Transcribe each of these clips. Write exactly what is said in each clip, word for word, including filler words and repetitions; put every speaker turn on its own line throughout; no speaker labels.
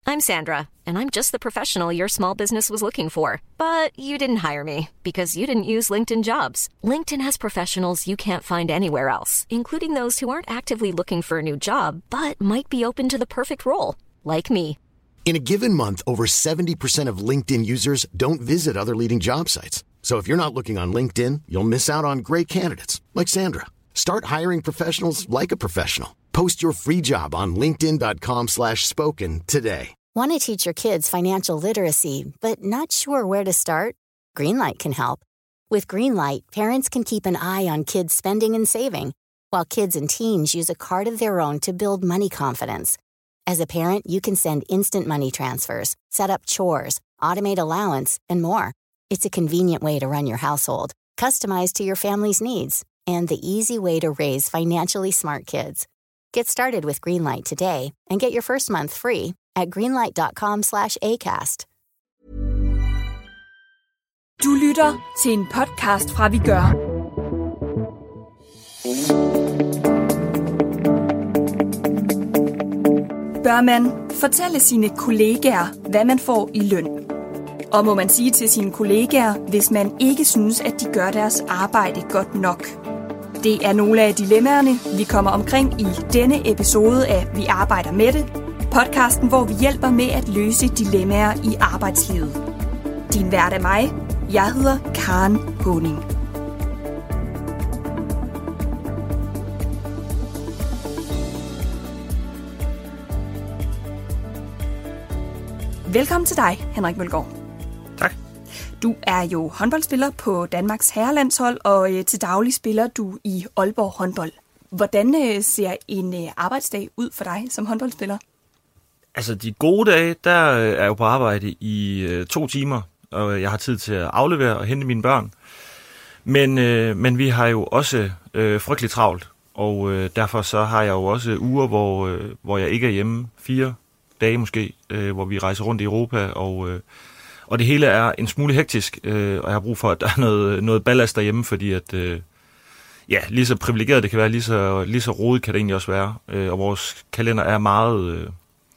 I'm Sandra, and I'm just the professional your small business was looking for. But you didn't hire me because you didn't use LinkedIn Jobs. LinkedIn has professionals you can't find anywhere else, including those who aren't actively looking for a new job, but might be open to the perfect role, like me.
In a given month, over seventy percent of LinkedIn users don't visit other leading job sites. So if you're not looking on LinkedIn, you'll miss out on great candidates like Sandra. Start hiring professionals like a professional. Post your free job on linkedin dot com slash spoken today.
Want to teach your kids financial literacy, but not sure where to start? Greenlight can help. With Greenlight, parents can keep an eye on kids' spending and saving, while kids and teens use a card of their own to build money confidence. As a parent, you can send instant money transfers, set up chores, automate allowance, and more. It's a convenient way to run your household, customized to your family's needs, and the easy way to raise financially smart kids. Get started with Greenlight today and get your first month free at greenlight dot com slash acast.
Du lytter til en podcast fra Vi Gør. Bør man fortælle sine kollegaer, hvad man får i løn? Og må man sige til sine kollegaer, hvis man ikke synes, at de gør deres arbejde godt nok? Det er nogle af dilemmaerne, vi kommer omkring i denne episode af Vi arbejder med det. Podcasten, hvor vi hjælper med at løse dilemmaer i arbejdslivet. Din vært er mig. Jeg hedder Karen Håning. Velkommen til dig, Henrik Mølgaard.
Tak.
Du er jo håndboldspiller på Danmarks herrelandshold, og øh, til daglig spiller du i Aalborg håndbold. Hvordan øh, ser en øh, arbejdsdag ud for dig som håndboldspiller?
Altså, de gode dage, der er jeg jo på arbejde i øh, to timer, og jeg har tid til at aflevere og hente mine børn. Men, øh, men vi har jo også øh, frygteligt travlt, og øh, derfor så har jeg jo også uger, hvor, øh, hvor jeg ikke er hjemme, fire dage måske, øh, hvor vi rejser rundt i Europa, og, øh, og det hele er en smule hektisk, øh, og jeg har brug for, at der er noget, noget ballast derhjemme, fordi at, øh, ja, lige så privilegeret det kan være, lige så, lige så rodet kan det egentlig også være, øh, og vores kalender er meget, øh,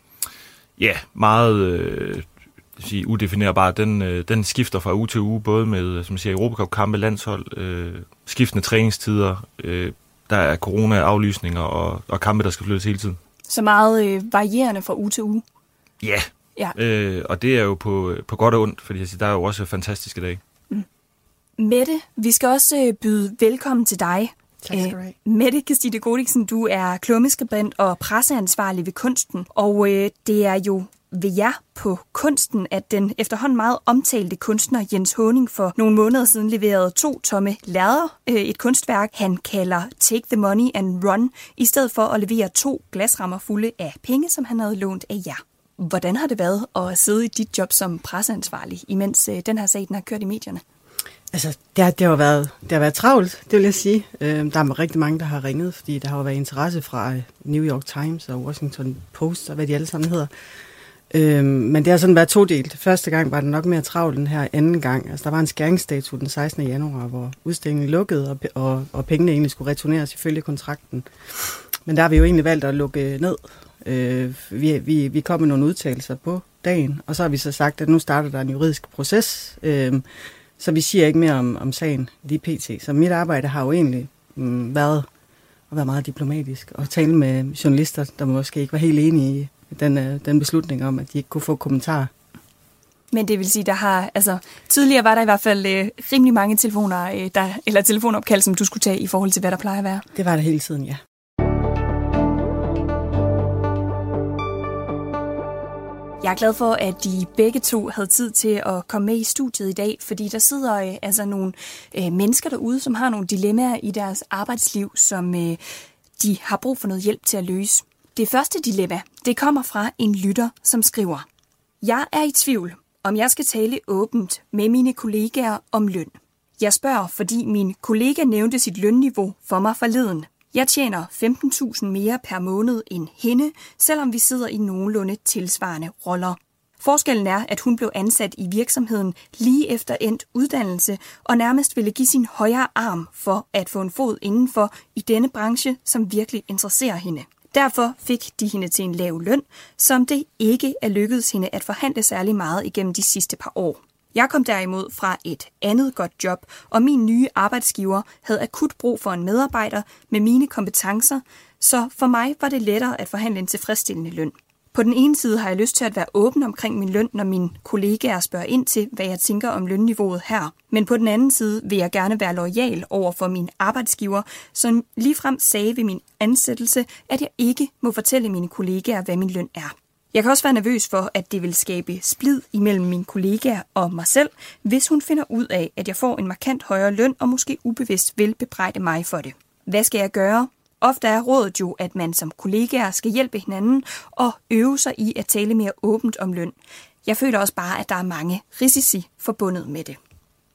ja, meget øh, sige, udefinerbar. Den, øh, den skifter fra uge til uge, både med, som man siger, Europacup-kampe, landshold, øh, skiftende træningstider, øh, der er corona-aflysninger og, og kampe, der skal flyttes hele tiden.
Så meget øh, varierende fra uge til uge?
Ja,
ja.
Øh, og det er jo på, på godt og ondt, fordi jeg siger, der er jo også fantastiske dage.
Mm. Mette, vi skal også øh, byde velkommen til dig.
Tak skal du have.
Æh, Mette Kirstine Godiksen, du er klummeskribent og presseansvarlig ved Kunsten, og øh, det er jo ved jer på Kunsten, at den efterhånden meget omtalte kunstner Jens Håning for nogle måneder siden leverede to tomme lærreder, øh, et kunstværk, han kalder Take the Money and Run, i stedet for at levere to glasrammer fulde af penge, som han havde lånt af jer. Hvordan har det været at sidde i dit job som presseansvarlig, imens øh, den her sag den har kørt i medierne?
Altså, det har, det har, været, det har været travlt, det vil jeg sige. Øh, der er rigtig mange, der har ringet, fordi der har jo været interesse fra New York Times og Washington Post og hvad de alle sammen hedder. Øh, men det har sådan været todelt. Første gang var det nok mere travlt end her, anden gang. Altså, der var en skæringsdato den sekstende januar, hvor udstillingen lukkede, og, og, og pengene egentlig skulle returneres ifølge kontrakten. Men der har vi jo egentlig valgt at lukke ned. Øh, vi, vi, vi kom med nogle udtalelser på dagen, og så har vi så sagt, at nu starter der en juridisk proces. Øh, Så vi siger ikke mere om, om sagen lige pt. Så mit arbejde har jo egentlig mm, været at være meget diplomatisk og tale med journalister, der måske ikke var helt enige i den, den beslutning om, at de ikke kunne få kommentarer.
Men det vil sige, der har altså tidligere var der i hvert fald øh, rimelig mange telefoner, øh, der, eller telefonopkald, som du skulle tage i forhold til, hvad der plejer at være.
Det var der hele tiden, ja.
Jeg er glad for, at de begge to havde tid til at komme med i studiet i dag, fordi der sidder øh, altså nogle øh, mennesker derude, som har nogle dilemmaer i deres arbejdsliv, som øh, de har brug for noget hjælp til at løse. Det første dilemma, det kommer fra en lytter, som skriver: Jeg er i tvivl, om jeg skal tale åbent med mine kollegaer om løn. Jeg spørger, fordi min kollega nævnte sit lønniveau for mig forleden. Jeg tjener femten tusind mere per måned end hende, selvom vi sidder i nogenlunde tilsvarende roller. Forskellen er, at hun blev ansat i virksomheden lige efter endt uddannelse og nærmest ville give sin højre arm for at få en fod indenfor i denne branche, som virkelig interesserer hende. Derfor fik de hende til en lav løn, som det ikke er lykkedes hende at forhandle særlig meget igennem de sidste par år. Jeg kom derimod fra et andet godt job, og min nye arbejdsgiver havde akut brug for en medarbejder med mine kompetencer, så for mig var det lettere at forhandle en tilfredsstillende løn. På den ene side har jeg lyst til at være åben omkring min løn, når mine kollegaer spørger ind til, hvad jeg tænker om lønniveauet her. Men på den anden side vil jeg gerne være loyal over for min arbejdsgiver, som ligefrem sagde ved min ansættelse, at jeg ikke må fortælle mine kollegaer, hvad min løn er. Jeg kan også være nervøs for, at det vil skabe splid imellem mine kollegaer og mig selv, hvis hun finder ud af, at jeg får en markant højere løn og måske ubevidst vil bebrejde mig for det. Hvad skal jeg gøre? Ofte er rådet jo, at man som kollegaer skal hjælpe hinanden og øve sig i at tale mere åbent om løn. Jeg føler også bare, at der er mange risici forbundet med det.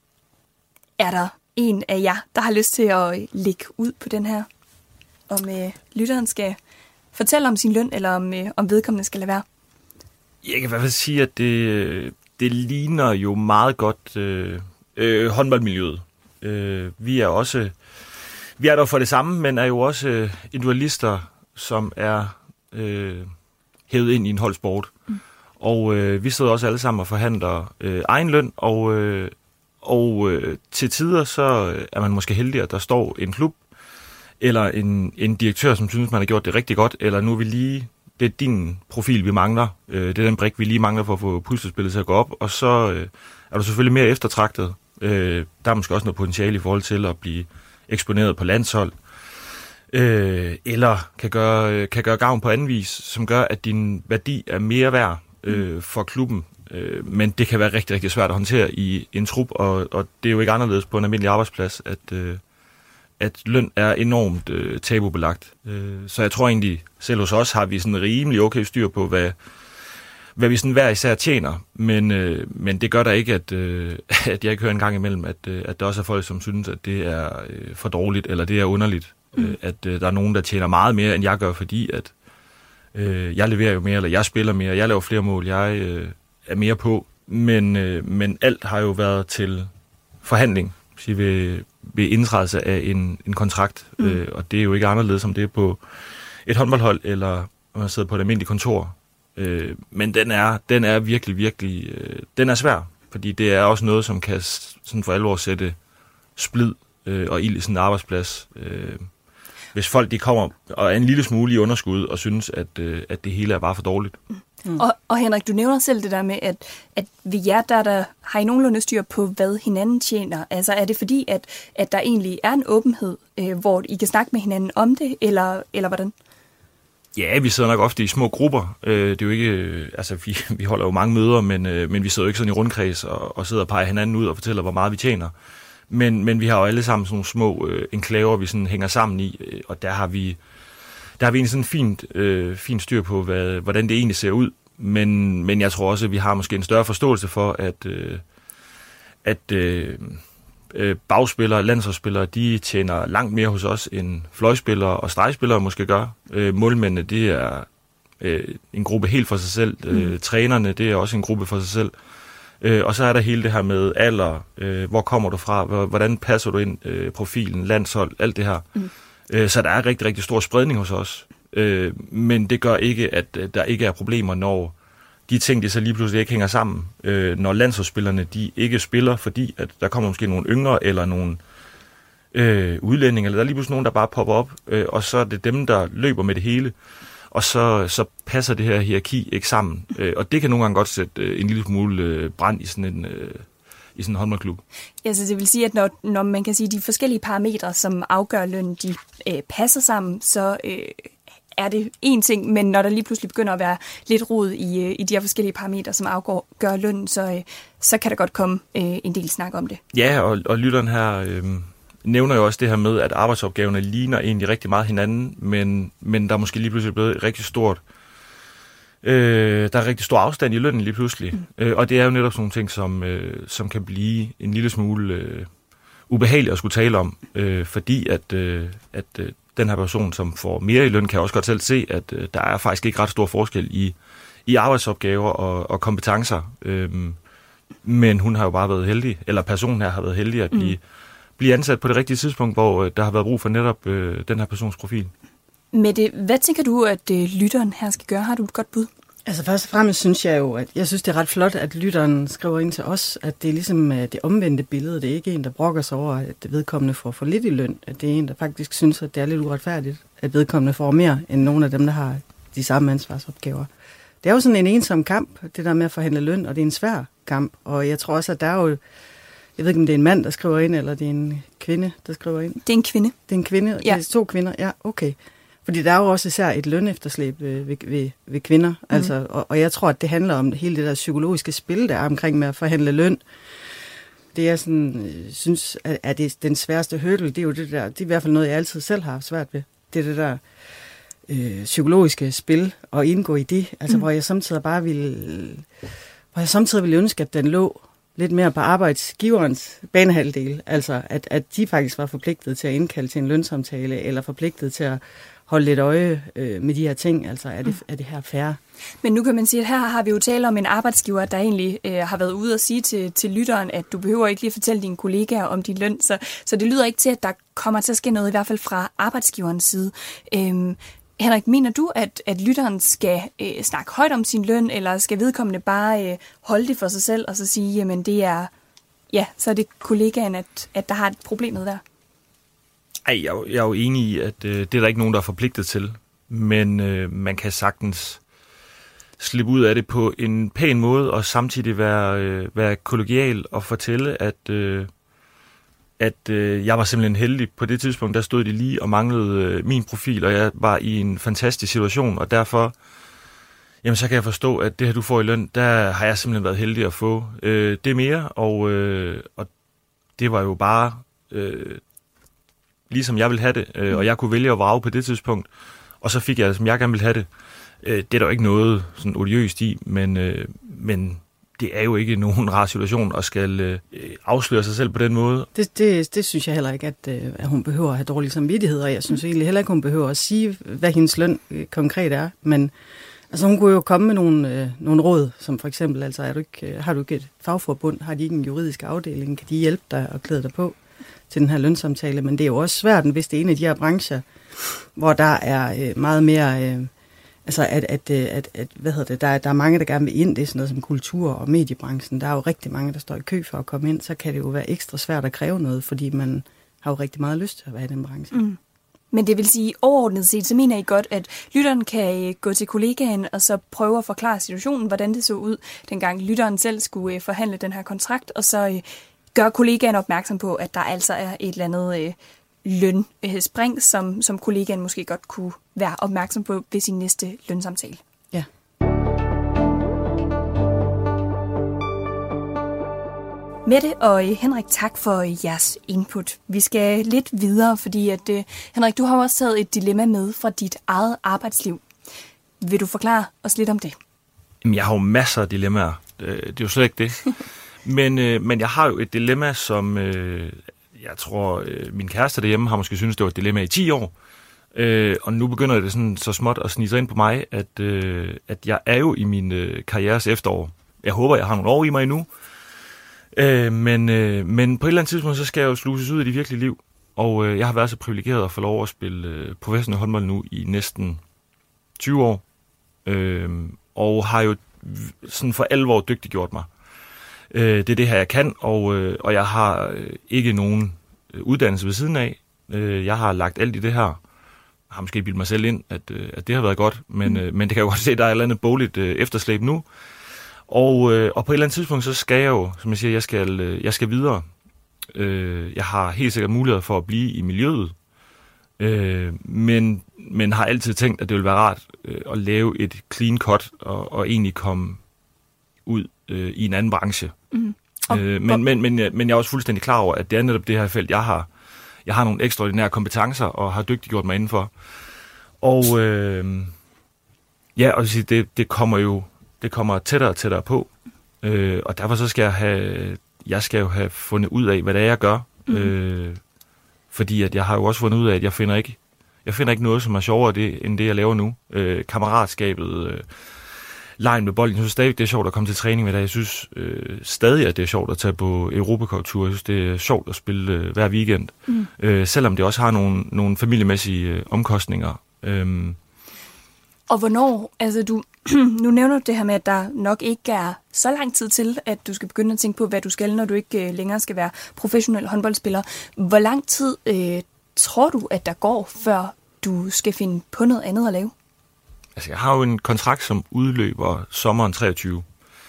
Er der en af jer, der har lyst til at lægge ud på den her? Om øh, lytteren skal fortælle om sin løn, eller om, øh, om vedkommende skal lade være?
Jeg kan i hvert fald sige, at det, det ligner jo meget godt øh, øh, håndboldmiljøet. Øh, vi er også... Vi er der for det samme, men er jo også øh, individualister, som er øh, hævet ind i en holdsport. Mm. Og øh, vi sidder også alle sammen og forhandler øh, egen løn, og, øh, og øh, til tider så er man måske heldig, at der står en klub, eller en, en direktør, som synes, man har gjort det rigtig godt, eller nu er vi lige, det er din profil, vi mangler, øh, det er den brik, vi lige mangler for at få puslespillet til at gå op, og så øh, er du selvfølgelig mere eftertragtet. Øh, der er måske også noget potentiale i forhold til at blive eksponeret på landshold, øh, eller kan gøre, kan gøre gavn på anden vis, som gør, at din værdi er mere værd øh, for klubben. Øh, men det kan være rigtig, rigtig svært at håndtere i en trup, og, og det er jo ikke anderledes på en almindelig arbejdsplads, at, øh, at løn er enormt øh, tabubelagt. Øh, så jeg tror egentlig, selv hos os har vi sådan rimelig okay styr på, hvad, hvad vi sådan hver især tjener, men, øh, men det gør da ikke, at, øh, at jeg ikke hører en gang imellem, at, øh, at der også er folk, som synes, at det er øh, for dårligt, eller det er underligt, mm. øh, at øh, der er nogen, der tjener meget mere, end jeg gør, fordi at øh, jeg leverer jo mere, eller jeg spiller mere, jeg laver flere mål, jeg øh, er mere på, men, øh, men alt har jo været til forhandling, sige, ved, ved indtrædelse af en, en kontrakt, mm. øh, og det er jo ikke anderledes, som det er på et håndboldhold, eller når man sidder på et almindeligt kontor. Øh, men den er, den er virkelig, virkelig, øh, den er svær, fordi det er også noget, som kan sådan for alvor sætte splid øh, og ild i sådan en arbejdsplads. Øh, hvis folk de kommer og er en lille smule i underskud og synes, at, øh, at det hele er bare for dårligt.
Mm. Og, og Henrik, du nævner selv det der med, at, at ved jer, der, der har I nogenlunde styr på, hvad hinanden tjener. Altså er det fordi, at, at der egentlig er en åbenhed, øh, hvor I kan snakke med hinanden om det, eller, eller hvordan?
Ja, vi sidder nok ofte i små grupper. Det er jo ikke, altså vi, vi holder jo mange møder, men, men vi sidder jo ikke sådan i rundkreds og, og sidder og peger hinanden ud og fortæller, hvor meget vi tjener. Men, men vi har jo alle sammen sådan nogle små øh, enklaver, vi sådan hænger sammen i, og der har vi, der har vi egentlig sådan fint, øh, fint styr på, hvad, hvordan det egentlig ser ud. Men, men jeg tror også, at vi har måske en større forståelse for, at, øh, at øh, bagspillere, landsholdsspillere, de tjener langt mere hos os, end fløjspillere og stregspillere måske gør. Øh, målmændene, det er øh, en gruppe helt for sig selv. Øh, mm. Trænerne, det er også en gruppe for sig selv. Øh, og så er der hele det her med alder, øh, hvor kommer du fra, hvordan passer du ind, øh, profilen, landshold, alt det her. Mm. Øh, så der er rigtig, rigtig stor spredning hos os. Øh, men det gør ikke, at der ikke er problemer, når de ting, de så lige pludselig ikke hænger sammen. Øh, når landsholdsspillerne, de ikke spiller, fordi at der kommer måske nogle yngre, eller nogle øh, udlændinge, eller der er lige pludselig nogen, der bare popper op, øh, og så er det dem, der løber med det hele, og så, så passer det her hierarki ikke sammen. Øh, og det kan nogle gange godt sætte øh, en lille smule øh, brand i sådan en, øh, i sådan en håndboldklub.
Ja, så det vil sige, at når, når man kan sige, de forskellige parametre, som afgør løn, de øh, passer sammen, så øh, er det én ting, men når der lige pludselig begynder at være lidt rod i, i de her forskellige parametre, som afgør lønnen, så, øh, så kan der godt komme øh, en del snak om det. Ja,
og, og lytteren her øh, nævner jo også det her med, at arbejdsopgaverne ligner egentlig rigtig meget hinanden, men, men der er måske lige pludselig blevet rigtig stort. Øh, der er rigtig stor afstand i lønnen lige pludselig. Mm. Øh, og det er jo netop sådan nogle ting, som, øh, som kan blive en lille smule øh, ubehageligt at skulle tale om, øh, fordi at, øh, at øh, den her person, som får mere i løn, kan også godt selv se, at øh, der er faktisk ikke ret stor forskel i, i arbejdsopgaver og, og kompetencer. Øh, men hun har jo bare været heldig, eller personen her har været heldig at blive, mm. blive ansat på det rigtige tidspunkt, hvor øh, der har været brug for netop øh, den her persons profil.
Mette, hvad tænker du, at øh, lytteren her skal gøre? Har du et godt bud?
Altså først og fremmest synes jeg jo, at jeg synes, det er ret flot, at lytteren skriver ind til os, at det er ligesom det omvendte billede. Det er ikke en, der brokker sig over, at vedkommende får for lidt i løn. At det er en, der faktisk synes, at det er lidt uretfærdigt, at vedkommende får mere end nogle af dem, der har de samme ansvarsopgaver. Det er jo sådan en ensom kamp, det der med at forhandle løn, og det er en svær kamp. Og jeg tror også, at der er jo, jeg ved ikke, om det er en mand, der skriver ind, eller det er en kvinde, der skriver ind.
Det er en kvinde.
Det er en kvinde?
Ja.
Det er to kvinder? Ja, okay. Fordi der er jo også især et lønefterslæb ved, ved, ved, ved kvinder, mm. altså, og, og jeg tror, at det handler om hele det der psykologiske spil, der er omkring med at forhandle løn. Det jeg sådan, synes, er, er det den sværeste hurdle, det er jo det der, det er i hvert fald noget, jeg altid selv har haft svært ved. Det er det der øh, psykologiske spil, og indgå i det, altså mm. hvor jeg samtidig bare ville, hvor jeg samtidig ville ønske, at den lå lidt mere på arbejdsgiverens banehalvdel, altså at, at de faktisk var forpligtet til at indkalde til en lønsamtale, eller forpligtet til at holde lidt øje øh, med de her ting, altså er det, er det her fair?
Men nu kan man sige, at her har vi jo talt om en arbejdsgiver, der egentlig øh, har været ude og sige til, til lytteren, at du behøver ikke lige at fortælle dine kollegaer om din løn, så, så det lyder ikke til, at der kommer til at ske noget, i hvert fald fra arbejdsgiverens side. Øhm, Henrik, mener du, at, at lytteren skal øh, snakke højt om sin løn, eller skal vedkommende bare øh, holde det for sig selv, og så sige, jamen det er, ja, så er det kollegaen, at, at der har et problem med der?
Ej, jeg, jeg er jo enig i, at øh, det er der ikke nogen, der er forpligtet til. Men øh, man kan sagtens slippe ud af det på en pæn måde, og samtidig være, øh, være kollegial og fortælle, at, øh, at øh, jeg var simpelthen heldig. På det tidspunkt, der stod de lige og manglede øh, min profil, og jeg var i en fantastisk situation, og derfor jamen, så kan jeg forstå, at det her, du får i løn, der har jeg simpelthen været heldig at få øh, det mere, og, øh, og det var jo bare Øh, ligesom jeg ville have det, øh, og jeg kunne vælge at vrage på det tidspunkt, og så fik jeg det, som jeg gerne ville have det. Øh, det er der jo ikke noget sådan odiøst i, men, øh, men det er jo ikke nogen rar situation at skal øh, afsløre sig selv på den måde.
Det, det, det synes jeg heller ikke, at, øh, at hun behøver at have dårlig samvittighed, og jeg synes egentlig heller ikke, hun behøver at sige, hvad hendes løn øh, konkret er, men altså, hun kunne jo komme med nogle, øh, nogle råd, som for eksempel, altså, er du ikke, øh, har du ikke et fagforbund, har de ikke en juridisk afdeling, kan de hjælpe dig og klæde dig på til den her lønsamtale, men det er jo også svært, hvis det er en af de her brancher, hvor der er øh, meget mere, øh, altså at, at, at, at hvad hedder det, der er, der er mange, der gerne vil ind, det er sådan noget som kultur- og mediebranchen, der er jo rigtig mange, der står i kø for at komme ind, så kan det jo være ekstra svært at kræve noget, fordi man har jo rigtig meget lyst til at være i den branche. Mm.
Men det vil sige, overordnet set, så mener I godt, at lytteren kan gå til kollegaen og så prøve at forklare situationen, hvordan det så ud, dengang lytteren selv skulle forhandle den her kontrakt, og så gør kollegaen opmærksom på, at der altså er et eller andet øh, lønspring, som, som kollegaen måske godt kunne være opmærksom på ved sin næste lønsamtale.
Ja.
Mette og Henrik, tak for jeres input. Vi skal lidt videre, fordi at, uh, Henrik, du har også taget et dilemma med fra dit eget arbejdsliv. Vil du forklare os lidt om det?
Jamen, jeg har jo masser af dilemmaer. Det er jo slet ikke det. Men, øh, men jeg har jo et dilemma, som øh, jeg tror, øh, min kæreste derhjemme har måske syntes, det var et dilemma i ti år. Øh, og nu begynder det sådan så småt at snige sig ind på mig, at, øh, at jeg er jo i min øh, karrieres efterår. Jeg håber, jeg har nogle år i mig endnu. Øh, men, øh, men på et eller andet tidspunkt, så skal jeg jo sluses ud i det virkelige liv. Og øh, jeg har været så privilegeret at få lov at spille øh, professionel håndbold nu i næsten tyve år. Øh, og har jo sådan for alvor dygtiggjort mig. Øh, det er det her, jeg kan, og, øh, og jeg har øh, ikke nogen øh, uddannelse ved siden af. Øh, jeg har lagt alt i det her. Jeg har måske bildt mig selv ind, at, øh, at det har været godt, men, mm. øh, men det kan jeg jo godt se, at der er et eller andet bogligt øh, efterslæb nu. Og, øh, og på et eller andet tidspunkt, så skal jeg jo, som jeg siger, jeg skal, øh, jeg skal videre. Øh, jeg har helt sikkert mulighed for at blive i miljøet, øh, men, men har altid tænkt, at det ville være rart øh, at lave et clean cut og, og egentlig komme ud øh, i en anden branche. Mm. Og, øh, men, og... men, men, men jeg er også fuldstændig klar over, at det er netop det her felt, jeg har. Jeg har nogle ekstraordinære kompetencer og har dygtiggjort mig indenfor. Og øh, ja, og det, det kommer jo det kommer tættere og tættere på. Øh, og derfor så skal jeg have, jeg skal jo have fundet ud af, hvad det er, jeg gør. Mm. Øh, fordi at jeg har jo også fundet ud af, at jeg finder ikke, jeg finder ikke noget, som er sjovere det, end det, jeg laver nu. Øh, kammeratskabet, øh, lejen med bolden. Jeg synes stadig, det er sjovt at komme til træning med det. Jeg synes øh, stadig, at det er sjovt at tage på Europacup-tur. Jeg synes, det er sjovt at spille øh, hver weekend. Mm. Øh, selvom det også har nogle, nogle familiemæssige øh, omkostninger. Øhm.
Og hvornår, altså du, nu nævner du det her med, at der nok ikke er så lang tid til, at du skal begynde at tænke på, hvad du skal, når du ikke længere skal være professionel håndboldspiller. Hvor lang tid øh, tror du, at der går, før du skal finde på noget andet at lave?
Altså, jeg har jo en kontrakt, som udløber sommeren treogtyve.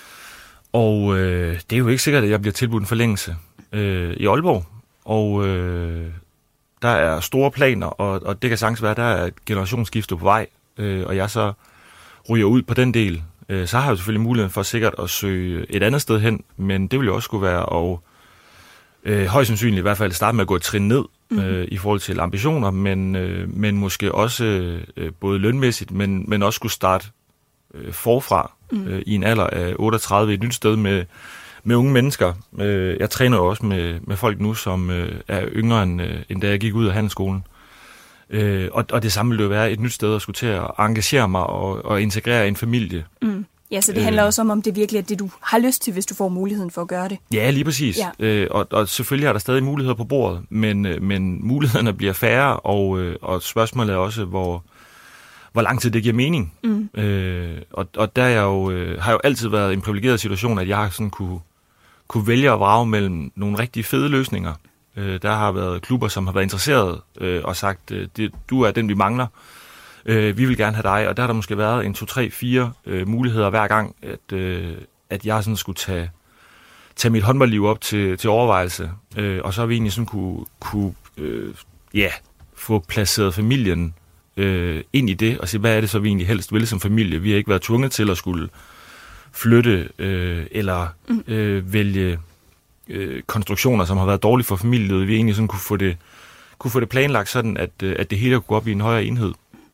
Og øh, det er jo ikke sikkert, at jeg bliver tilbudt en forlængelse øh, i Aalborg. Og øh, der er store planer, og, og det kan sagtens være, at der er et generationsskifte på vej, øh, og jeg så ryger ud på den del. Øh, så har jeg jo selvfølgelig muligheden for sikkert at søge et andet sted hen, men det vil jo også skulle være at øh, højst sandsynligt i hvert fald starte med at gå et trin ned, øh, i forhold til ambitioner, men, øh, men måske også øh, både lønmæssigt, men, men også skulle starte øh, forfra mm. øh, i en alder af otteogtredive et nyt sted med, med unge mennesker. Øh, jeg træner jo også med, med folk nu, som øh, er yngre end, øh, end da jeg gik ud af handelsskolen. Øh, og, og det samme ville jo være et nyt sted at skulle til at engagere mig og, og integrere en familie.
Mm. Ja, så det handler øh, også om, om det virkelig er det, du har lyst til, hvis du får muligheden for at gøre det.
Ja, lige præcis. Ja. Øh, og, og selvfølgelig er der stadig muligheder på bordet, men, men mulighederne bliver færre, og, og spørgsmålet er også, hvor, hvor lang tid det giver mening. Mm. Øh, og, og der er jo, øh, har jo altid været en privilegeret situation, at jeg har sådan kunne, kunne vælge at vrage mellem nogle rigtig fede løsninger. Øh, der har været klubber, som har været interesserede øh, og sagt, øh, det, du er den, vi mangler. Øh, vi vil gerne have dig, og der har der måske været en, to, tre, fire øh, muligheder hver gang, at, øh, at jeg sådan skulle tage, tage mit håndboldliv op til, til overvejelse. Øh, og så har vi egentlig sådan kunne, kunne øh, yeah, få placeret familien øh, ind i det, og se, hvad er det så, vi egentlig helst vil som familie. Vi har ikke været tvunget til at skulle flytte øh, eller øh, vælge øh, konstruktioner, som har været dårlige for familielivet. Vi egentlig sådan kunne få det, kunne få det planlagt sådan, at, at det hele kunne gå op i en højere enhed.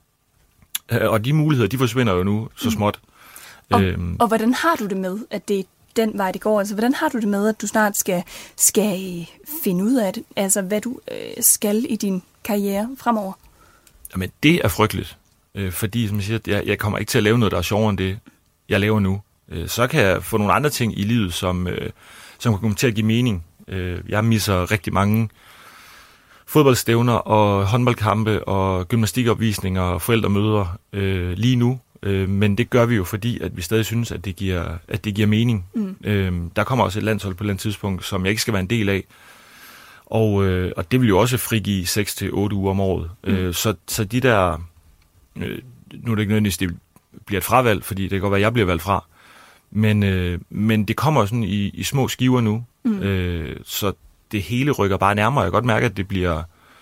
Og de muligheder, de forsvinder jo nu så småt.
Og, øhm. og hvordan har du det med, at det er den vej, det går? Altså, hvordan har du det med, at du snart skal, skal finde ud af det? Altså, hvad du øh, skal i din karriere fremover?
Jamen, det er frygteligt. Øh, fordi, som jeg siger, jeg, jeg kommer ikke til at lave noget, der er sjovere end det, jeg laver nu. Øh, så kan jeg få nogle andre ting i livet, som, øh, som kan komme til at give mening. Øh, jeg misser rigtig mange fodboldstævner og håndboldkampe og gymnastikopvisninger og forældremøder øh, lige nu. Øh, men det gør vi jo, fordi at vi stadig synes, at det giver, at det giver mening. Mm. Øh, der kommer også et landshold på et tidspunkt, som jeg ikke skal være en del af. Og, øh, og det vil jo også frigive seks til otte uger om året. Mm. Øh, så, så de der... Øh, nu er det ikke nødvendigvis, det bliver et fravalg, fordi det kan godt være, at jeg bliver valgt fra. Men, øh, men det kommer sådan i, i små skiver nu. Mm. Øh, så det hele rykker bare nærmere. Jeg kan godt mærke, at det bliver,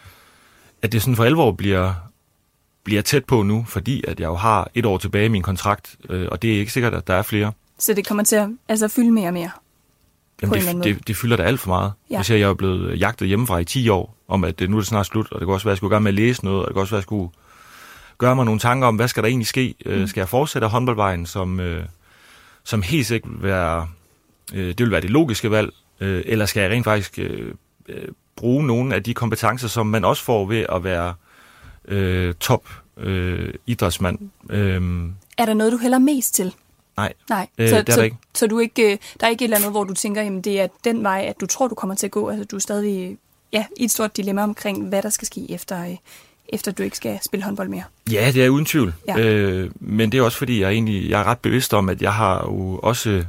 at det sådan for alvor bliver, bliver tæt på nu, fordi at jeg jo har et år tilbage i min kontrakt, øh, og det er ikke sikkert, at der er flere.
Så det kommer til at altså, fylde mere og mere?
Jamen det, det, det fylder da alt for meget. Ja. Jeg siger, jeg er blevet jagtet hjemmefra i ti år, om at nu er det snart slut, og det kan også være, at jeg skulle i gang med at læse noget, og det kan også være, at jeg skulle gøre mig nogle tanker om, hvad skal der egentlig ske? Mm. Skal jeg fortsætte håndboldvejen, som, øh, som helt sikkert vil være, øh, det vil være det logiske valg, øh, eller skal jeg rent faktisk øh, bruge nogle af de kompetencer, som man også får ved at være øh, top øh, idrætsmand? Øh,
er der noget, du hælder mest til?
Nej,
Nej.
Øh,
så,
det er
så,
der ikke.
Så du ikke, der er ikke et eller andet, hvor du tænker, jamen det er den vej, at du tror, du kommer til at gå. Altså du er stadig ja, i et stort dilemma omkring, hvad der skal ske efter, efter du ikke skal spille håndbold mere.
Ja, det er uden tvivl.
Ja.
Øh, men det er også fordi, jeg, egentlig, jeg er ret bevidst om, at jeg har jo også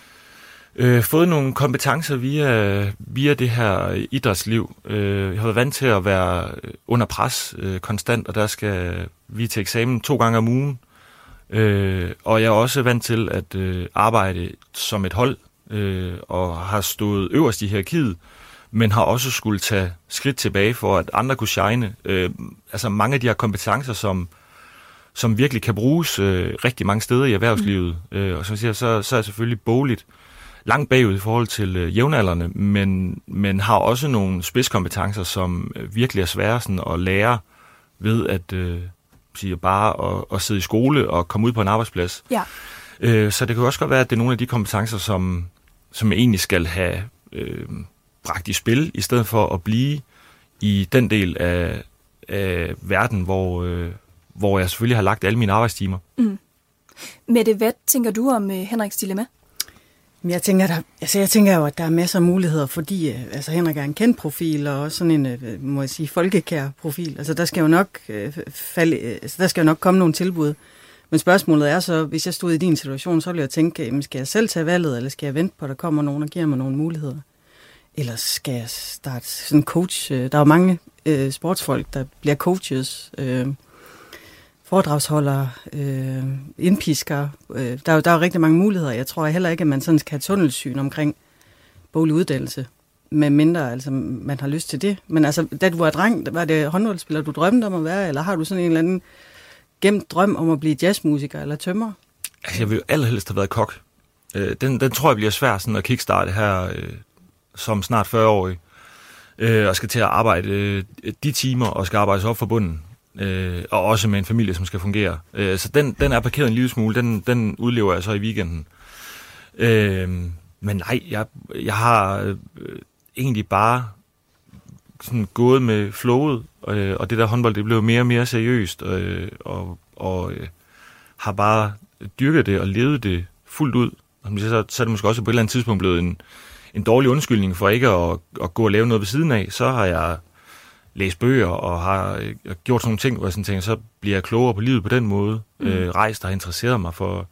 øh, fået nogle kompetencer via, via det her idrætsliv. Øh, jeg har været vant til at være under pres øh, konstant, og der skal vi til eksamen to gange om ugen. Øh, og jeg er også vant til at øh, arbejde som et hold, øh, og har stået øverst i hierarkiet, men har også skulle tage skridt tilbage for, at andre kunne shine. Øh, altså mange af de her kompetencer, som, som virkelig kan bruges øh, rigtig mange steder i erhvervslivet. Mm. Øh, og som siger, så, så er jeg selvfølgelig bogligt langt bagud i forhold til øh, jævnaldrende, men, men har også nogle spidskompetencer, som øh, virkelig er svære sådan, at lære ved at... Øh, siger bare at, at sidde i skole og komme ud på en arbejdsplads.
Ja.
Øh, så det kan også godt være, at det er nogle af de kompetencer, som, som jeg egentlig skal have øh, bragt i spil, i stedet for at blive i den del af, af verden, hvor, øh, hvor jeg selvfølgelig har lagt alle mine arbejdstimer.
Mm. Mette, hvad tænker du om uh, Henriks dilemma?
Jeg tænker, der, altså jeg tænker jo, at der er masser af muligheder, fordi altså Henrik er en kendt profil, og også sådan en, må jeg sige, folkekær profil. Altså der skal jo nok, øh, falde, altså, der skal jo nok komme nogle tilbud. Men spørgsmålet er så, hvis jeg stod i din situation, så ville jeg tænke, jamen, skal jeg selv tage valget, eller skal jeg vente på, at der kommer nogen og giver mig nogle muligheder? Eller skal jeg starte sådan en coach? Der er jo mange øh, sportsfolk, der bliver coaches, øh, foredragsholdere, øh, indpiskere. Øh, der, er jo, der er jo rigtig mange muligheder. Jeg tror heller ikke, at man sådan skal have tunnelsyn omkring boglig uddannelse, med mindre altså, man har lyst til det. Men altså, da du var dreng, var det håndboldspiller, du drømte om at være, eller har du sådan en eller anden gemt drøm om at blive jazzmusiker eller tømrer?
Altså, jeg vil jo allerhelst have været kok. Øh, den, den tror jeg bliver svær sådan at kickstarte her øh, som snart fyrre-årig. Øh, og skal til at arbejde øh, de timer, og skal arbejde sig op for bunden. Øh, og også med en familie, som skal fungere. Øh, så den, den er parkeret en lille smule. Den, den udlever jeg så i weekenden. Øh, men nej, jeg, jeg har øh, egentlig bare sådan gået med flowet, øh, og det der håndbold, det blev mere og mere seriøst, øh, og, og øh, har bare dyrket det og levet det fuldt ud. Og så, så er det måske også på et eller andet tidspunkt blevet en, en dårlig undskyldning for ikke at, at gå og lave noget ved siden af. Så har jeg læst bøger og har øh, gjort sådan nogle ting, hvor jeg sådan tænker, så bliver jeg klogere på livet på den måde. Mm. Øh, rejst og har interesseret mig for,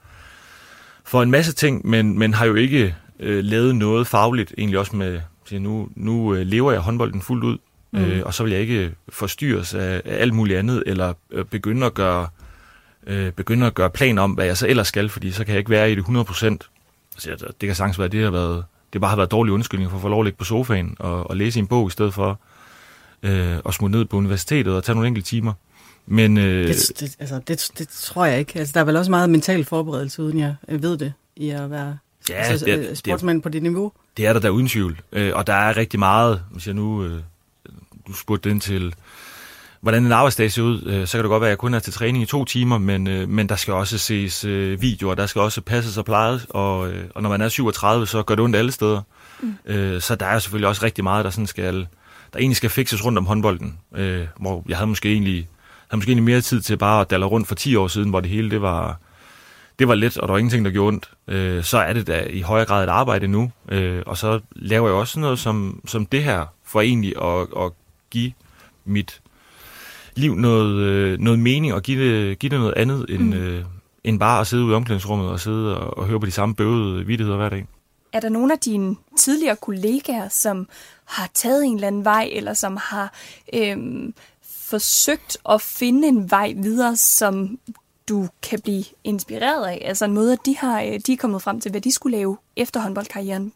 for en masse ting, men, men har jo ikke øh, lavet noget fagligt, egentlig også med, nu, nu øh, lever jeg håndbolden fuldt ud, mm. øh, og så vil jeg ikke forstyrres af, af alt muligt andet, eller øh, begynde at gøre øh, begynde at gøre planer om, hvad jeg så ellers skal, fordi så kan jeg ikke være i det hundrede procent. Altså, det kan sagtens være, at det har været, det bare har været dårlig undskyldning for at få lov at ligge på sofaen og, og læse en bog, i stedet for øh, at smutte ned på universitetet og tage nogle enkelte timer. Men, øh,
det, det, altså, det, det tror jeg ikke. Altså, der er vel også meget mental forberedelse, uden jeg ved det, i at være ja, altså, det, sportsmand det, på det niveau.
Det er der der uden tvivl. Øh, og der er rigtig meget, hvis jeg nu øh, du spurgte den til, hvordan en arbejdsdag ser ud, øh, så kan det godt være, at jeg kun er til træning i to timer, men, øh, men der skal også ses øh, videoer, der skal også passes og plejes, og, øh, og når man er syvogtredive, så gør det ondt alle steder. Mm. Øh, så der er selvfølgelig også rigtig meget, der sådan skal, der egentlig skal fikses rundt om håndbolden, øh, hvor jeg havde måske egentlig havde måske egentlig mere tid til bare at dalle rundt for ti år siden, hvor det hele det var det var let, og der var ingenting, der gjorde ondt. Øh, så er det da i højere grad et arbejde nu, øh, og så laver jeg også noget som, som det her, for egentlig at, at give mit liv noget, øh, noget mening, og give det, give det noget andet, end, mm. øh, end bare at sidde ude i omklædningsrummet og sidde og, og høre på de samme bøvede vittigheder hver dag.
Er der nogle af dine tidligere kollegaer, som har taget en eller anden vej, eller som har øhm, forsøgt at finde en vej videre, som du kan blive inspireret af? Altså en måde, at de, har, de er kommet frem til, hvad de skulle lave efter håndboldkarrieren?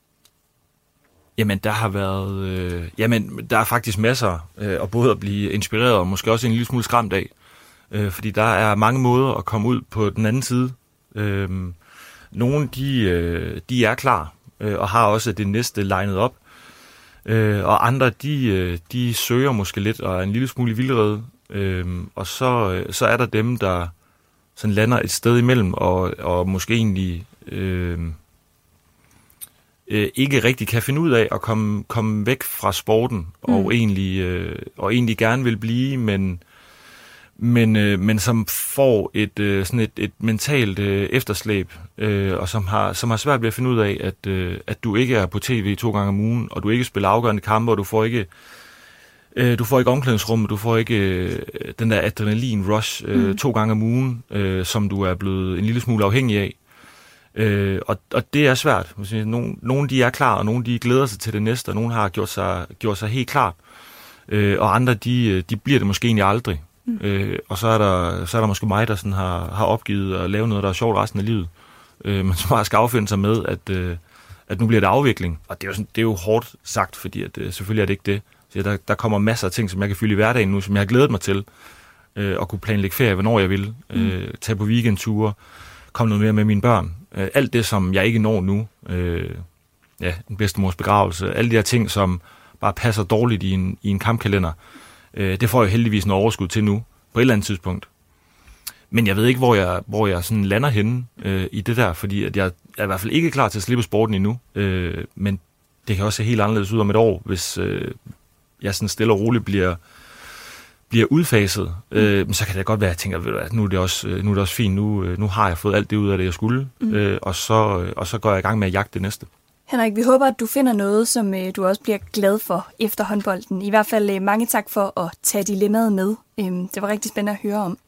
Jamen, der har været... Øh, jamen, der er faktisk masser øh, at både at blive inspireret og måske også en lille smule skræmt af. Øh, fordi der er mange måder at komme ud på den anden side. Øh, nogle, de, øh, de er klar øh, og har også det næste linet op. Øh, og andre, de, øh, de søger måske lidt og er en lille smule vildrede. Øh, og så, øh, så er der dem, der sådan lander et sted imellem og, og måske egentlig... Øh, Øh, ikke rigtig kan finde ud af at komme, komme væk fra sporten, og, mm. egentlig, øh, og egentlig gerne vil blive, men, men, øh, men som får et, øh, sådan et, et mentalt øh, efterslæb, øh, og som har, som har svært ved at finde ud af, at, øh, at du ikke er på tv to gange om ugen, og du ikke spiller afgørende kampe, og du får ikke, øh, du får ikke omklædningsrum, du får ikke øh, den der adrenalin-rush øh, mm. to gange om ugen, øh, som du er blevet en lille smule afhængig af. Øh, og, og det er svært. Nogle, nogle de er klar, og nogle de glæder sig til det næste, og nogle har gjort sig, gjort sig helt klar. Øh, og andre de, de bliver det måske egentlig aldrig. Mm. Øh, og så er, der, så er der måske mig, der sådan har, har opgivet at lave noget, der er sjovt resten af livet. Øh, men så bare skal affinde sig med, at, øh, at nu bliver det afvikling. Og det er jo, sådan, det er jo hårdt sagt, fordi at, øh, selvfølgelig er det ikke det. Så der, der kommer masser af ting, som jeg kan fylde i hverdagen nu, som jeg har glædet mig til. Øh, at kunne planlægge ferie, hvornår jeg vil. Øh, mm. Tage på weekendture. Komme noget mere med mine børn. Øh, alt det, som jeg ikke når nu. Øh, ja, en bedstemors begravelse. Alle de her ting, som bare passer dårligt i en, i en kampkalender. Øh, det får jeg heldigvis en overskud til nu. På et eller andet tidspunkt. Men jeg ved ikke, hvor jeg, hvor jeg sådan lander henne øh, i det der. Fordi at jeg er i hvert fald ikke klar til at slippe sporten endnu. Øh, men det kan også se helt anderledes ud om et år, hvis øh, jeg sådan stille og roligt bliver... bliver bliver udfaset, mm. øh, så kan det godt være, at jeg tænker, ved du, at nu er det også, nu er det også fint, nu, nu har jeg fået alt det ud af det, jeg skulle, mm. øh, og, så, og så går jeg i gang med at jagte det næste.
Henrik, vi håber, at du finder noget, som øh, du også bliver glad for efter håndbolden. I hvert fald øh, mange tak for at tage dilemmaet med. Øhm, det var rigtig spændende at høre om.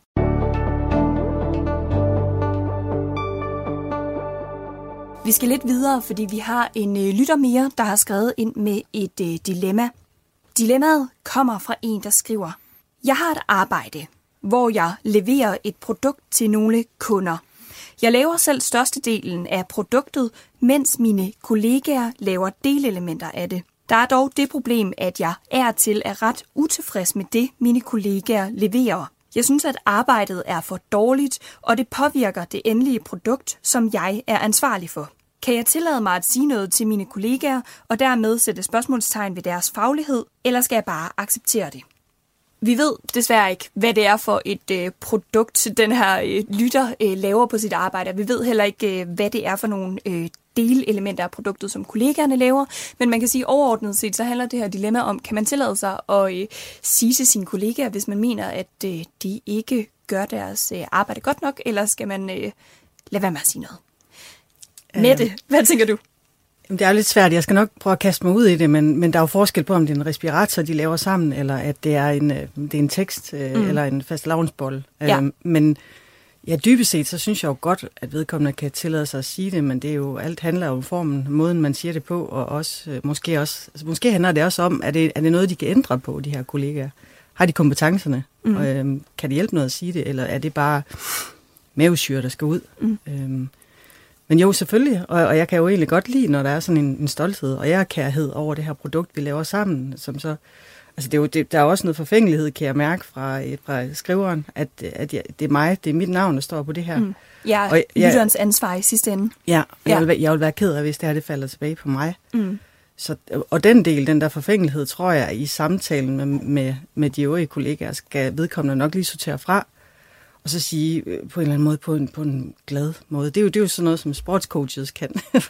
Vi skal lidt videre, fordi vi har en øh, lytter mere, der har skrevet ind med et øh, dilemma. Dilemmaet kommer fra en, der skriver: Jeg har et arbejde, hvor jeg leverer et produkt til nogle kunder. Jeg laver selv størstedelen af produktet, mens mine kollegaer laver delelementer af det. Der er dog det problem, at jeg er til er ret utilfreds med det, mine kollegaer leverer. Jeg synes, at arbejdet er for dårligt, og det påvirker det endelige produkt, som jeg er ansvarlig for. Kan jeg tillade mig at sige noget til mine kollegaer, og dermed sætte spørgsmålstegn ved deres faglighed, eller skal jeg bare acceptere det? Vi ved desværre ikke, hvad det er for et øh, produkt, den her øh, lytter øh, laver på sit arbejde. Vi ved heller ikke, øh, hvad det er for nogle øh, delelementer af produktet, som kollegaerne laver. Men man kan sige, overordnet set, så handler det her dilemma om, kan man tillade sig at øh, sige til sine kollegaer, hvis man mener, at øh, de ikke gør deres øh, arbejde godt nok, eller skal man øh, lade være med at sige noget? Øh, Mette, hvad tænker du?
Det er lidt svært. Jeg skal nok prøve at kaste mig ud i det, men, men der er jo forskel på, om det er en respirator, de laver sammen, eller at det er en, det er en tekst mm. eller en fastelavnsbolle.
Ja.
Um, men ja, dybest set, så synes jeg jo godt, at vedkommende kan tillade sig at sige det, men det er jo, alt handler om formen, måden man siger det på, og også, måske også, altså måske handler det også om, er det, er det noget, de kan ændre på, de her kollegaer? Har de kompetencerne? Mm. Og, um, kan det hjælpe noget at sige det, eller er det bare mavesyre, der skal ud? Mm. Um, Men jo, selvfølgelig, og, og jeg kan jo egentlig godt lide, når der er sådan en, en stolthed og ærkærhed over det her produkt, vi laver sammen, som så, altså det er jo, det, der er også noget forfængelighed, kan jeg mærke fra, fra skriveren, at, at jeg, det er mig, det er mit navn, der står på det her. Mm.
Ja, og jeg, lytterens ansvar i sidste ende.
Ja, og
ja.
Jeg, vil, jeg vil være ked af, hvis det her det falder tilbage på mig. Mm. Så, og den del, den der forfængelighed, tror jeg, i samtalen med, med, med de øvrige kollegaer, skal vedkommende nok lige sortere fra, og så sige på en eller anden måde, på en, på en glad måde. Det er, jo, det er jo sådan noget, som sportscoaches kan,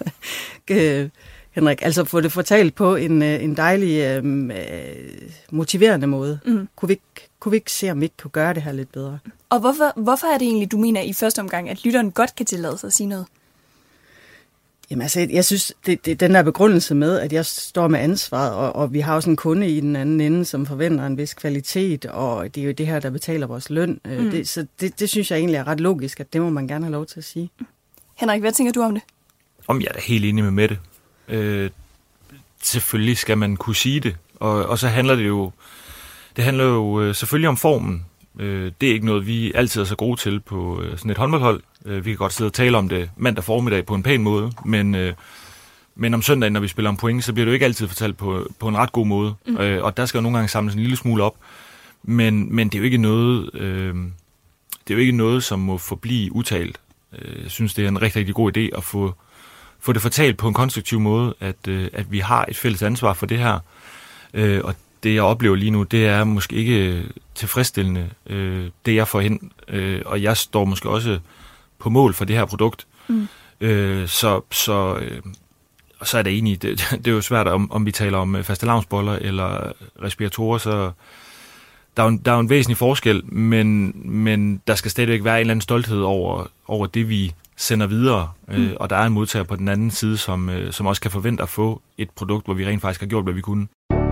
Henrik. Altså få det fortalt på en, en dejlig, øh, motiverende måde. Mm. Kunne, vi ikke, kunne vi ikke se, om vi ikke kunne gøre det her lidt bedre?
Og hvorfor, hvorfor er det egentlig, du mener i første omgang, at lytteren godt kan tillade sig at sige noget?
Jamen altså, jeg synes, det, det, den der begrundelse med, at jeg står med ansvaret, og, og vi har også en kunde i den anden ende, som forventer en vis kvalitet, og det er jo det her, der betaler vores løn. Mm. Det, så det, det synes jeg egentlig er ret logisk, at det må man gerne have lov til at sige.
Henrik, hvad tænker du om det?
Om jeg er da helt enig med Mette. Øh, selvfølgelig skal man kunne sige det, og, og så handler det jo, det handler jo selvfølgelig om formen. Øh, det er ikke noget, vi altid er så gode til på øh, sådan et håndboldhold. Vi kan godt sidde og tale om det mandag formiddag på en pæn måde, men, øh, men om søndagen, når vi spiller om point, så bliver det jo ikke altid fortalt på, på en ret god måde. Mm. Øh, og der skal jo nogle gange samles en lille smule op. Men, men det er jo ikke noget, øh, det er jo ikke noget, som må forblive utalt. Jeg synes, det er en rigtig, rigtig god idé at få, få det fortalt på en konstruktiv måde, at, øh, at vi har et fælles ansvar for det her. Øh, og det, jeg oplever lige nu, det er måske ikke tilfredsstillende, øh, det jeg får hen. Øh, og jeg står måske også på mål for det her produkt. Mm. Øh, så, så, øh, og så er det enig, det, det er jo svært, om, om vi taler om fastelavnsboller eller respiratorer, så der er, jo, der er jo en væsentlig forskel, men, men der skal stadigvæk være en eller anden stolthed over, over det, vi sender videre, mm. øh, og der er en modtager på den anden side, som, øh, som også kan forvente at få et produkt, hvor vi rent faktisk har gjort, hvad vi kunne.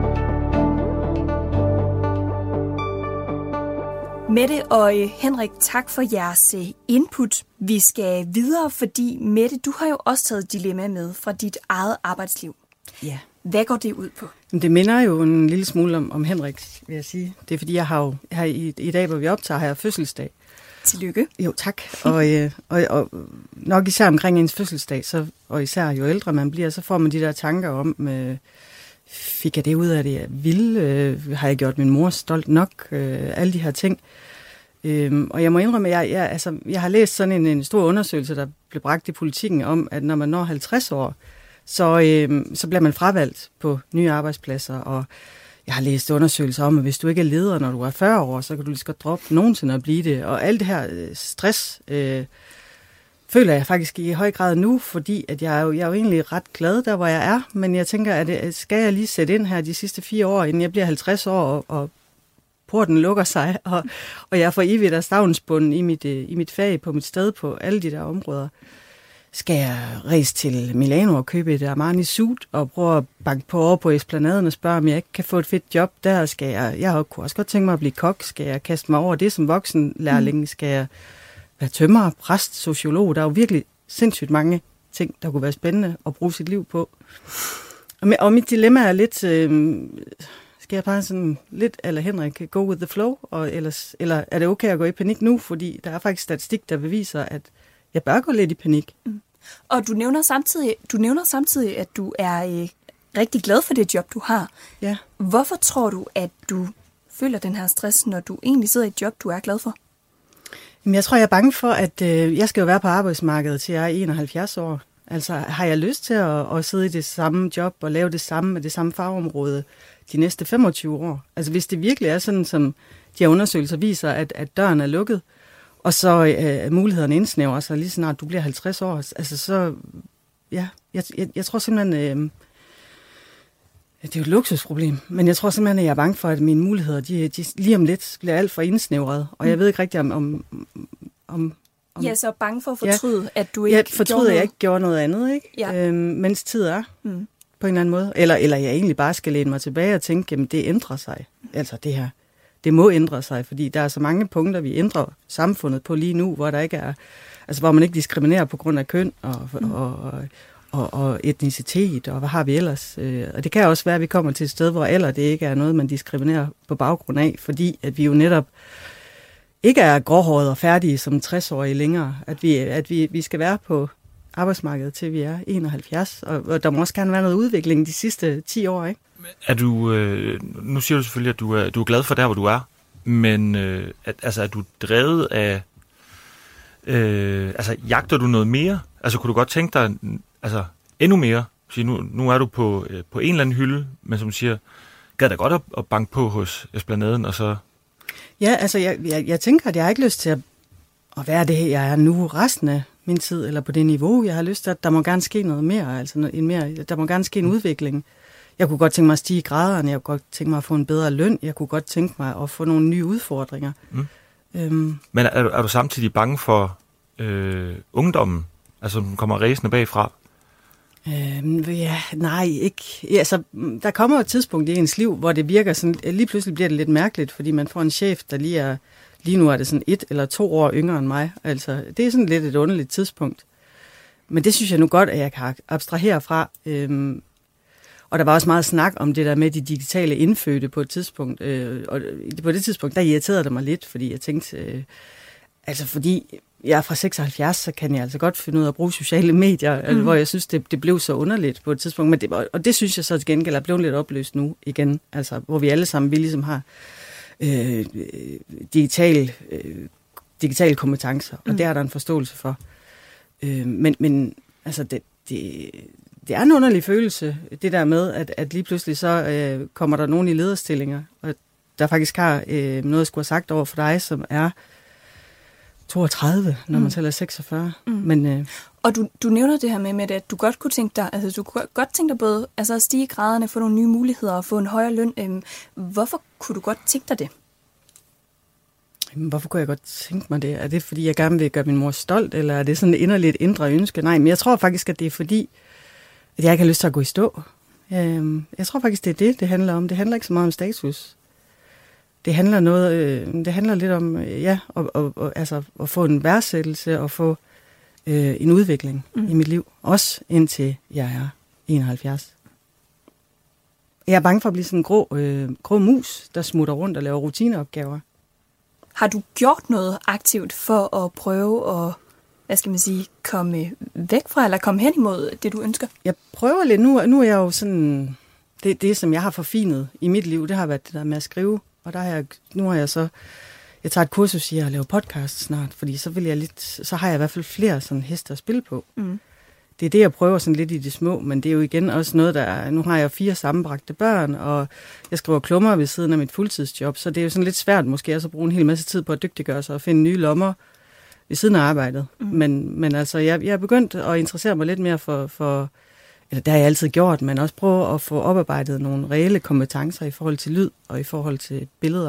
Mette og Henrik, tak for jeres input. Vi skal videre, fordi Mette, du har jo også taget et dilemma med fra dit eget arbejdsliv.
Ja.
Hvad går det ud på?
Det minder jo en lille smule om, om Henrik, vil jeg sige. Det er fordi, jeg har jo jeg har i, i dag, hvor vi optager, har jeg fødselsdag.
Tillykke.
Jo, tak. Og, øh, og, og nok især omkring ens fødselsdag, så, og især jo ældre man bliver, så får man de der tanker om, øh, fik jeg det ud af det, jeg ville? Øh, har jeg gjort min mor stolt nok? Øh, alle de her ting. Øh, og jeg må indrømme, at jeg, jeg, altså, jeg har læst sådan en, en stor undersøgelse, der blev bragt i Politikken om, at når man når halvtreds år, så, øh, så bliver man fravalgt på nye arbejdspladser, og jeg har læst undersøgelser om, at hvis du ikke er leder, når du er fyrre år, så kan du lige så godt droppe nogensinde at blive det. Og alt det her øh, stress øh, føler jeg faktisk i høj grad nu, fordi at jeg, er jo, jeg er jo egentlig ret glad der, hvor jeg er. Men jeg tænker, at skal jeg lige sætte ind her de sidste fire år, inden jeg bliver halvtreds år, og, og porten lukker sig, og, og jeg får evigt af stavnsbunden i mit, i mit fag, på mit sted, på alle de der områder. Skal jeg rejse til Milano og købe et Armani suit og prøve at banke på over på Esplanaden og spørge, om jeg ikke kan få et fedt job der? Skal jeg, jeg kunne også godt tænke mig at blive kok. Skal jeg kaste mig over det som voksenlærling? Skal jeg være tømrer, præst, sociolog? Der er jo virkelig sindssygt mange ting, der kunne være spændende at bruge sit liv på. Og, med, og mit dilemma er lidt, øh, skal jeg bare sådan lidt, eller Henrik, go with the flow? Og ellers, eller er det okay at gå i panik nu? Fordi der er faktisk statistik, der beviser, at jeg bør gå lidt i panik. Mm.
Og du nævner samtidig, du nævner samtidig, at du er øh, rigtig glad for det job, du har.
Ja.
Hvorfor tror du, at du føler den her stress, når du egentlig sidder i et job, du er glad for?
Jamen, jeg tror, jeg er bange for, at øh, jeg skal jo være på arbejdsmarkedet til jeg er enoghalvfjerds år. Altså, har jeg lyst til at, at sidde i det samme job og lave det samme med det samme fagområde de næste femogtyve år? Altså, hvis det virkelig er sådan, som de her undersøgelser viser, at, at døren er lukket, og så øh, mulighederne indsnæver sig lige snart du bliver halvtreds år. Altså så, ja, jeg, jeg, jeg tror simpelthen, øh, det er jo et luksusproblem, men jeg tror simpelthen, at jeg er bange for, at mine muligheder, de, de lige om lidt bliver alt for indsnævret, og jeg ved ikke rigtig om... om, om, om
ja, så bange for at fortryde, ja, at du
ikke
ikke
jeg fortryder, at jeg ikke gjorde noget andet, ikke?
Ja.
Øhm, mens tid er,
mm.
på en eller anden måde. Eller, eller jeg egentlig bare skal læne mig tilbage og tænke, jamen det ændrer sig, altså det her. Det må ændre sig, fordi der er så mange punkter, vi ændrer samfundet på lige nu, hvor der ikke er, altså hvor man ikke diskriminerer på grund af køn og, mm. og, og, og etnicitet, og hvad har vi ellers? Og det kan også være, at vi kommer til et sted, hvor alder det ikke er noget, man diskriminerer på baggrund af, fordi at vi jo netop ikke er gråhårede og færdige som tres-årige længere, at vi, at vi, vi skal være på arbejdsmarkedet til vi er enoghalvfjerds, og, og der må også gerne være noget udvikling de sidste ti år, ikke?
Er du, øh, nu siger du selvfølgelig, at du er, du er glad for der, hvor du er, men øh, at, altså, er du drevet af, øh, altså jagter du noget mere? Altså kunne du godt tænke dig, altså endnu mere? Så nu, nu er du på, øh, på en eller anden hylde, men som du siger, gad da godt at, at banke på hos Esplanaden, og så...
Ja, altså jeg, jeg, jeg tænker, at jeg har ikke lyst til at, at være det, jeg er nu resten af min tid, eller på det niveau. Jeg har lyst til, at der må gerne ske noget mere, altså en mere, der må gerne ske en udvikling. Jeg kunne godt tænke mig at stige i graderne, jeg kunne godt tænke mig at få en bedre løn, jeg kunne godt tænke mig at få nogle nye udfordringer. Mm. Øhm.
Men er, er du samtidig bange for øh, ungdommen, altså som kommer ræsende bagfra?
Øhm, ja, nej, ikke. Ja, altså, der kommer et tidspunkt i ens liv, hvor det virker sådan, lige pludselig bliver det lidt mærkeligt, fordi man får en chef, der lige er, lige nu er det sådan et eller to år yngre end mig. Altså, det er sådan lidt et underligt tidspunkt. Men det synes jeg nu godt, at jeg kan abstrahere fra. Øhm, Og der var også meget snak om det der med de digitale indfødte på et tidspunkt. Øh, og på det tidspunkt, der irriterede det mig lidt, fordi jeg tænkte, øh, altså fordi jeg er fra seksoghalvfjerds, så kan jeg altså godt finde ud af at bruge sociale medier, mm. altså, hvor jeg synes, det, det blev så underligt på et tidspunkt. Men det, og det synes jeg så til gengæld er blevet lidt opløst nu igen, altså hvor vi alle sammen, vi ligesom har øh, digital, øh, digitale kompetencer, og mm. det er der en forståelse for. Øh, men, men altså det... det Det er en underlig følelse, det der med, at, at lige pludselig så øh, kommer der nogen i lederstillinger, og der faktisk har øh, noget, jeg skulle have sagt over for dig, som er toogtredive, når mm. man selv er seksogfyrre. Mm. Men, øh,
og du, du nævner det her med, med, at du godt kunne tænke dig, altså du kunne godt tænke dig både altså at stige i graderne, få nogle nye muligheder og få en højere løn. Øh, hvorfor kunne du godt tænke dig det?
Hvorfor kunne jeg godt tænke mig det? Er det, fordi jeg gerne vil gøre min mor stolt, eller er det sådan et inderligt indre ønske? Nej, men jeg tror faktisk, at det er fordi, at jeg ikke har lyst til at gå i stå. Jeg tror faktisk, det er det, det handler om. Det handler ikke så meget om status. Det handler noget, det handler lidt om, ja, at, at, at, altså, at få en værdsættelse og få øh, en udvikling mm. i mit liv. Også indtil jeg er enoghalvfjerds. Jeg er bange for at blive sådan en grå, øh, grå mus, der smutter rundt og laver rutineopgaver.
Har du gjort noget aktivt for at prøve at, hvad skal man sige, komme væk fra, eller komme hen imod det, du ønsker? Jeg
prøver lidt. Nu, nu er jeg jo sådan... Det, det, som jeg har forfinet i mit liv, det har været det der med at skrive. Og der har jeg, nu har jeg så... Jeg tager et kursus i at lave podcast snart, fordi så vil jeg lidt... Så har jeg i hvert fald flere sådan heste at spille på. Mm. Det er det, jeg prøver sådan lidt i det små, men det er jo igen også noget, der er... Nu har jeg fire sammenbragte børn, og jeg skriver klummer ved siden af mit fuldtidsjob, så det er jo sådan lidt svært måske også at bruge en hel masse tid på at dygtiggøre sig og finde nye lommer ved siden af arbejdet. Mm. Men, men altså, jeg, jeg er begyndt at interessere mig lidt mere for, for, eller det har jeg altid gjort, men også prøve at få oparbejdet nogle reelle kompetencer i forhold til lyd og i forhold til billeder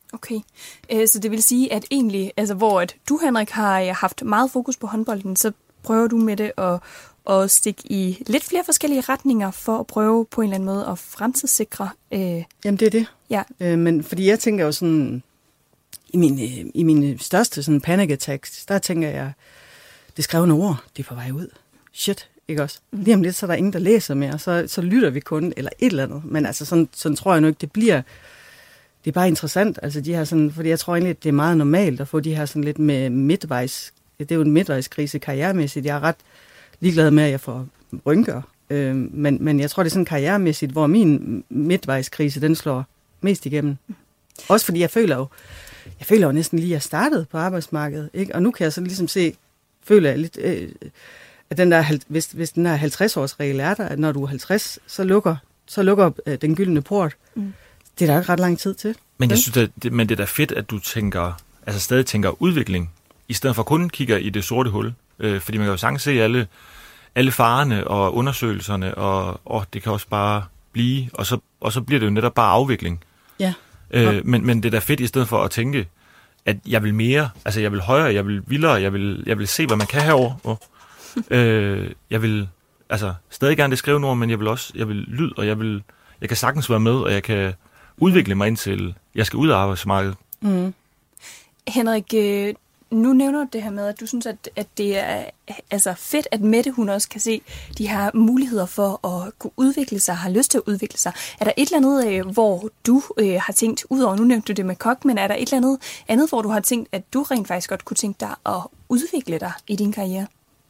Okay, øh, så det vil sige, at egentlig, altså hvor at du, Henrik, har haft meget fokus på håndbolden, så prøver du med det at, at stikke i lidt flere forskellige retninger for at prøve på en eller anden måde at fremtidssikre. Øh...
Jamen det er det.
Ja.
Øh, men fordi jeg tænker jo sådan, i mine, i mine største sådan panic attacks, der tænker jeg, det skrevne ord, det er på vej ud. Shit, ikke også? Mm. Lige om lidt, så er der ingen, der læser mere, så, så lytter vi kun, eller et eller andet. Men altså sådan, sådan tror jeg nu ikke, det bliver. Det er bare interessant, altså de her sådan, fordi jeg tror egentlig, at det er meget normalt at få de her sådan lidt med midtvejs, det er jo en midtvejskrise karrieremæssigt. Jeg er ret ligeglad med, at jeg får rynker, øh, men, men jeg tror, det er sådan karrieremæssigt, hvor min midtvejskrise, den slår mest igennem. Også fordi jeg føler jo, jeg føler jo næsten lige, at jeg startede på arbejdsmarkedet, ikke? Og nu kan jeg sådan ligesom se, føler jeg lidt, øh, at den der, hvis, hvis den der halvtreds-års-regel er der, at når du er halvtreds, så lukker, så lukker øh, den gyldne port. Mm. Det er der ikke ret lang tid til.
Men jeg synes, at det, men det er da fedt, at du tænker, altså stadig tænker udvikling, i stedet for kun kigger i det sorte hul. Øh, fordi man kan jo sagtens se alle, alle farerne og undersøgelserne, og, og det kan også bare blive, og så, og så bliver det jo netop bare afvikling.
Ja.
Øh, men, men det er da fedt, i stedet for at tænke, at jeg vil mere, altså jeg vil højere, jeg vil vildere, jeg vil, jeg vil se, hvad man kan herovre. Oh. øh, jeg vil altså stadig gerne det skrive ord, men jeg vil også, jeg vil lyd, og jeg vil, jeg kan sagtens være med, og jeg kan udvikle mig indtil jeg skal ud af arbejdsmarkedet.
Mm. Henrik, nu nævner du det her med, at du synes, at, at det er altså fedt, at Mette hun også kan se de her muligheder for at kunne udvikle sig, har lyst til at udvikle sig. Er der et eller andet, hvor du øh, har tænkt, udover nu nævnte du det med kok, men er der et eller andet andet, hvor du har tænkt, at du rent faktisk godt kunne tænke dig at udvikle dig i din karriere?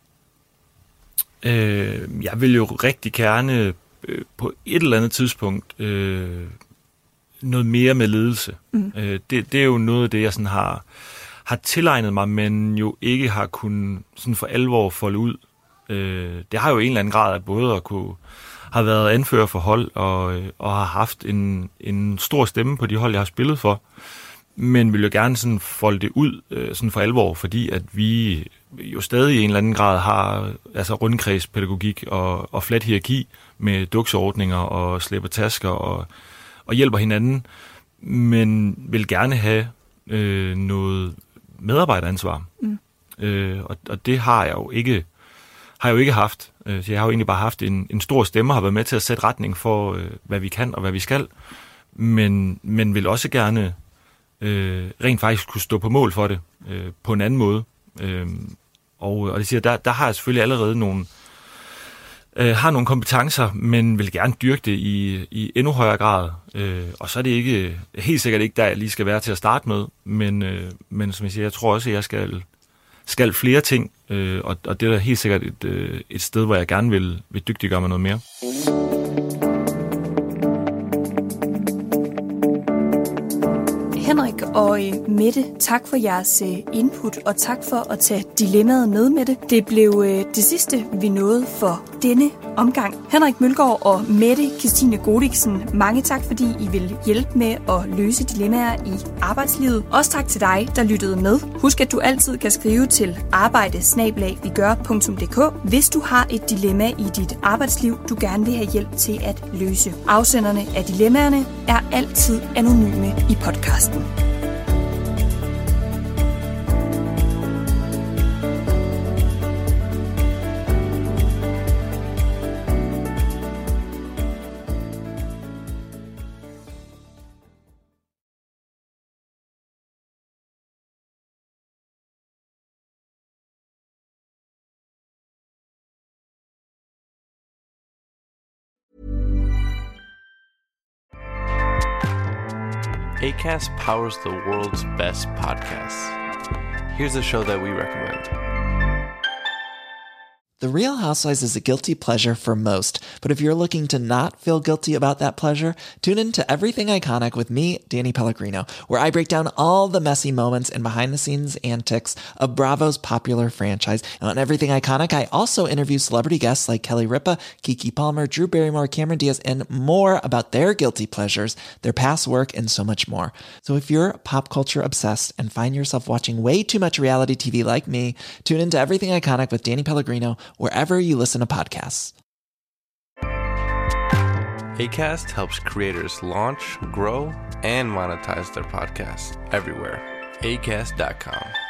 Øh, jeg vil jo rigtig gerne øh, på et eller andet tidspunkt øh, noget mere med ledelse. Mm. Øh, det, det er jo noget af det, jeg sådan har, har tilegnet mig, men jo ikke har kunnet sådan for alvor folde ud. Øh, det har jo en eller anden grad af både at kunne have været anfører for hold, og, og har haft en, en stor stemme på de hold, jeg har spillet for, men vil jo gerne sådan folde det ud øh, sådan for alvor, fordi at vi jo stadig i en eller anden grad har altså rundkredspædagogik og, og flat hierarki med dukseordninger og slæber tasker og og hjælper hinanden, men vil gerne have øh, noget medarbejderansvar. Mm. Øh, og, og det har jeg jo ikke, har jeg jo ikke haft. Øh, så jeg har jo egentlig bare haft en, en stor stemme, har været med til at sætte retning for, øh, hvad vi kan og hvad vi skal, men, men vil også gerne øh, rent faktisk kunne stå på mål for det øh, på en anden måde. Øh, og, og det siger, der, der har jeg selvfølgelig allerede nogle Øh, har nogle kompetencer, men vil gerne dyrke det i, i endnu højere grad. Øh, og så er det ikke helt sikkert ikke der, jeg lige skal være til at starte med, men, øh, men som jeg siger, jeg tror også, at jeg skal, skal flere ting, øh, og, og det er da helt sikkert et, øh, et sted, hvor jeg gerne vil, vil dygtiggøre mig noget mere.
Henrik og Mette, tak for jeres input, og tak for at tage dilemmaet med, Mette. Det blev det sidste, vi nåede for denne omgang. Henrik Mølgaard og Mette Kristine Godiksen, mange tak, fordi I vil hjælpe med at løse dilemmaer i arbejdslivet. Også tak til dig, der lyttede med. Husk, at du altid kan skrive til arbejde bindestreg vi gør punktum d k, hvis du har et dilemma i dit arbejdsliv, du gerne vil have hjælp til at løse. Afsenderne af dilemmaerne er altid anonyme i podcasten.
Acast powers the world's best podcasts. Here's a show that we recommend.
The Real Housewives is a guilty pleasure for most, but if you're looking to not feel guilty about that pleasure, tune in to Everything Iconic with me, Danny Pellegrino, where I break down all the messy moments and behind-the-scenes antics of Bravo's popular franchise. And on Everything Iconic, I also interview celebrity guests like Kelly Ripa, Keke Palmer, Drew Barrymore, Cameron Diaz, and more about their guilty pleasures, their past work, and so much more. So if you're pop culture obsessed and find yourself watching way too much reality T V like me, tune in to Everything Iconic with Danny Pellegrino, wherever you listen to podcasts.
Acast helps creators launch, grow, and monetize their podcasts everywhere. acast dot com.